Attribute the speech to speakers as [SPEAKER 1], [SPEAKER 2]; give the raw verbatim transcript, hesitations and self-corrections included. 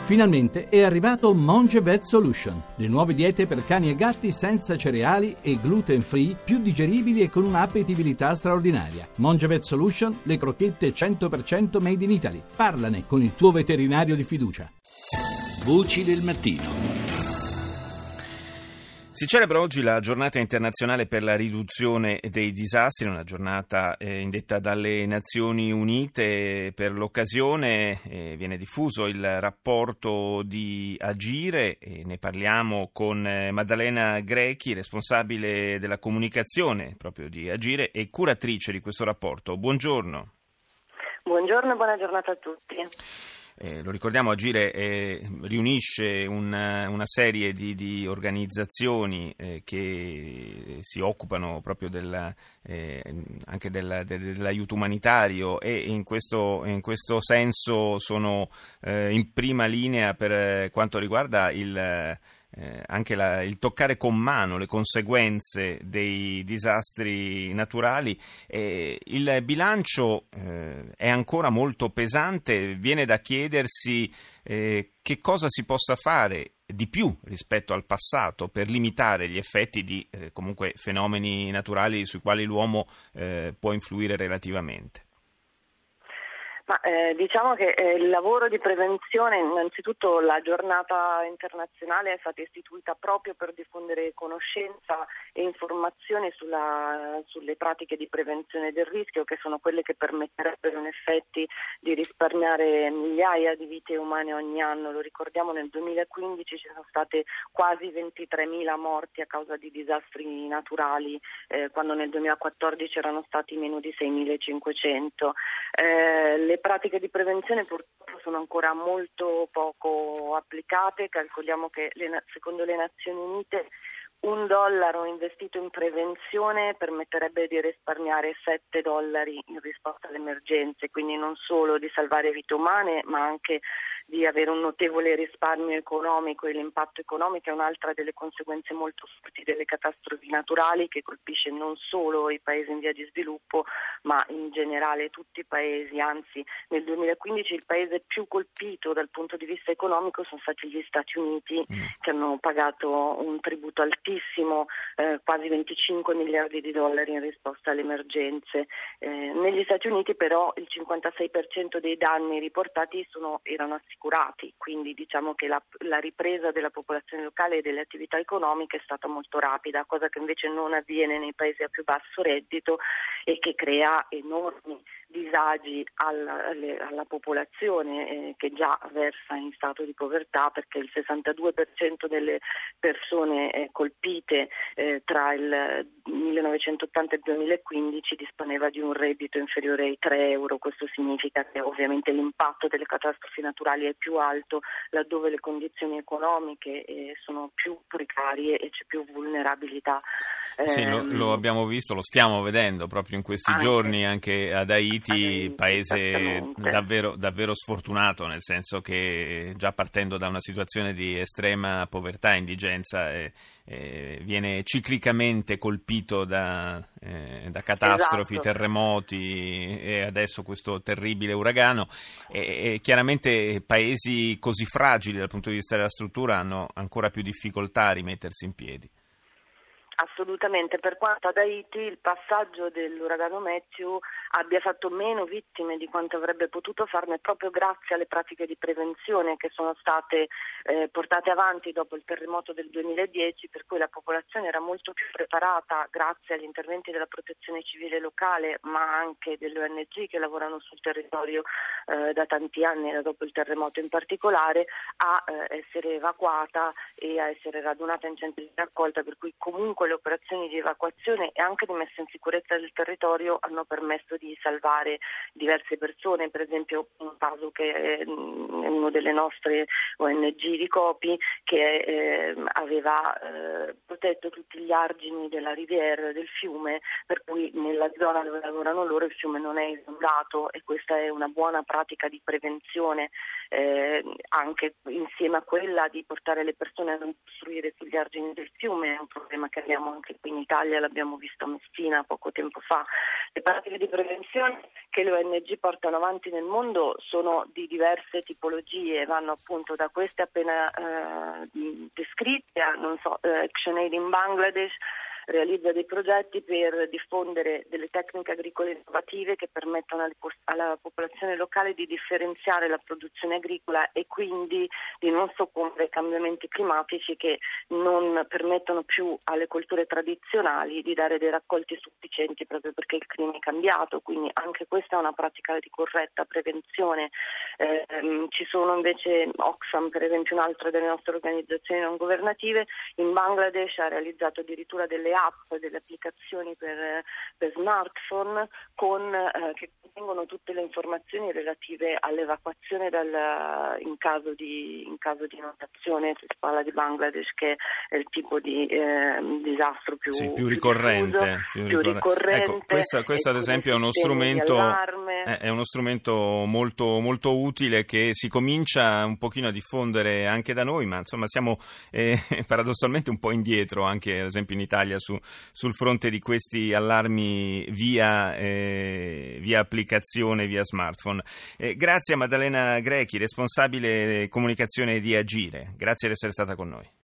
[SPEAKER 1] Finalmente è arrivato Monge Vet Solution, le nuove diete per cani e gatti senza cereali e gluten free, più digeribili e con un'appetibilità straordinaria. Monge Vet Solution, le crocchette cento per cento made in Italy. Parlane con il tuo veterinario di fiducia.
[SPEAKER 2] Voci del mattino.
[SPEAKER 3] Si celebra oggi la giornata internazionale per la riduzione dei disastri, una giornata eh, indetta dalle Nazioni Unite. Per l'occasione eh, viene diffuso il rapporto di Agire e ne parliamo con eh, Maddalena Grechi, responsabile della comunicazione proprio di Agire e curatrice di questo rapporto. Buongiorno.
[SPEAKER 4] Buongiorno e buona giornata a tutti.
[SPEAKER 3] Eh, lo ricordiamo, Agire eh, riunisce una, una serie di, di organizzazioni eh, che si occupano proprio della, eh, anche della, de, dell'aiuto umanitario e in questo, in questo senso sono eh, in prima linea per quanto riguarda il Eh, anche la, il toccare con mano le conseguenze dei disastri naturali. Eh, il bilancio eh, è ancora molto pesante, viene da chiedersi eh, che cosa si possa fare di più rispetto al passato per limitare gli effetti di eh, comunque fenomeni naturali sui quali l'uomo eh, può influire relativamente.
[SPEAKER 4] Ma eh, diciamo che eh, il lavoro di prevenzione, innanzitutto la giornata internazionale è stata istituita proprio per diffondere conoscenza e informazioni sulla, sulle pratiche di prevenzione del rischio, che sono quelle che permetterebbero in effetti di risparmiare migliaia di vite umane ogni anno. Lo ricordiamo, nel duemilaquindici ci sono state quasi ventitremila morti a causa di disastri naturali, eh, quando nel duemilaquattordici erano stati meno di seimilacinquecento. Eh, le pratiche di prevenzione purtroppo sono ancora molto poco applicate. Calcoliamo che le, secondo le Nazioni Unite un dollaro investito in prevenzione permetterebbe di risparmiare sette dollari in risposta alle emergenze, quindi non solo di salvare vite umane ma anche di avere un notevole risparmio economico, e l'impatto economico è un'altra delle conseguenze molto forti delle catastrofi naturali, che colpisce non solo i paesi in via di sviluppo ma in generale tutti i paesi. Anzi, nel duemilaquindici il paese più colpito dal punto di vista economico sono stati gli Stati Uniti, mm. che hanno pagato un tributo altissimo, eh, quasi venticinque miliardi di dollari in risposta alle emergenze. Eh, negli Stati Uniti però il cinquantasei per cento dei danni riportati sono, erano assicurati, quindi diciamo che la, la ripresa della popolazione locale e delle attività economiche è stata molto rapida, cosa che invece non avviene nei paesi a più basso reddito e che crea enormi disagi alla, alle, alla popolazione eh, che già versa in stato di povertà, perché il sessantadue per cento delle persone eh, colpite eh, tra il millenovecentottanta e il duemilaquindici disponeva di un reddito inferiore ai tre euro. Questo significa che ovviamente l'impatto delle catastrofi naturali è più alto laddove le condizioni economiche eh, sono più precarie e c'è più vulnerabilità.
[SPEAKER 3] Sì, lo, lo abbiamo visto, lo stiamo vedendo proprio in questi anche, giorni anche ad Haiti, Haiti paese davvero, davvero sfortunato, nel senso che già partendo da una situazione di estrema povertà e indigenza eh, eh, viene ciclicamente colpito da, eh, da catastrofi, esatto. terremoti e adesso questo terribile uragano e, e chiaramente paesi così fragili dal punto di vista della struttura hanno ancora più difficoltà a rimettersi in piedi.
[SPEAKER 4] Assolutamente, per quanto ad Haiti il passaggio dell'uragano Matthew abbia fatto meno vittime di quanto avrebbe potuto farne proprio grazie alle pratiche di prevenzione che sono state eh, portate avanti dopo il terremoto del duemiladieci, per cui la popolazione era molto più preparata grazie agli interventi della protezione civile locale ma anche delle O N G che lavorano sul territorio eh, da tanti anni, da dopo il terremoto in particolare, a eh, essere evacuata e a essere radunata in centri di raccolta, per cui comunque le operazioni di evacuazione e anche di messa in sicurezza del territorio hanno permesso di salvare diverse persone. Per esempio un caso che è uno delle nostre O N G di Copi, che eh, aveva eh, protetto tutti gli argini della riviera, del fiume, per cui nella zona dove lavorano loro il fiume non è esondato, e questa è una buona pratica di prevenzione, eh, anche insieme a quella di portare le persone a non costruire sugli argini del fiume. È un problema che abbiamo vediamo anche qui in Italia, l'abbiamo visto a Messina poco tempo fa. Le pratiche di prevenzione che le O N G portano avanti nel mondo sono di diverse tipologie, vanno appunto da queste appena eh, descritte a, non so, eh, ActionAid in Bangladesh realizza dei progetti per diffondere delle tecniche agricole innovative che permettono alla popolazione locale di differenziare la produzione agricola e quindi di non soccombere ai cambiamenti climatici che non permettono più alle colture tradizionali di dare dei raccolti sufficienti proprio perché il clima è cambiato, quindi anche questa è una pratica di corretta prevenzione. Eh, ci sono invece Oxfam, per esempio, un'altra delle nostre organizzazioni non governative, in Bangladesh ha realizzato addirittura delle app, delle applicazioni per, per smartphone con, eh, che contengono tutte le informazioni relative all'evacuazione dal, in caso di in caso di inondazione. Si parla di Bangladesh, che è il tipo di eh, disastro più,
[SPEAKER 3] sì, più,
[SPEAKER 4] più
[SPEAKER 3] ricorrente,
[SPEAKER 4] diffuso,
[SPEAKER 3] più
[SPEAKER 4] più ricorrente.
[SPEAKER 3] Ecco, questo, questo ad esempio è uno strumento è uno strumento molto molto utile che si comincia un pochino a diffondere anche da noi, ma insomma siamo eh, paradossalmente un po' indietro anche ad esempio in Italia su, sul fronte di questi allarmi via, eh, via applicazione, via smartphone. Eh, grazie a Maddalena Grechi, responsabile comunicazione di Agire. Grazie di essere stata con noi.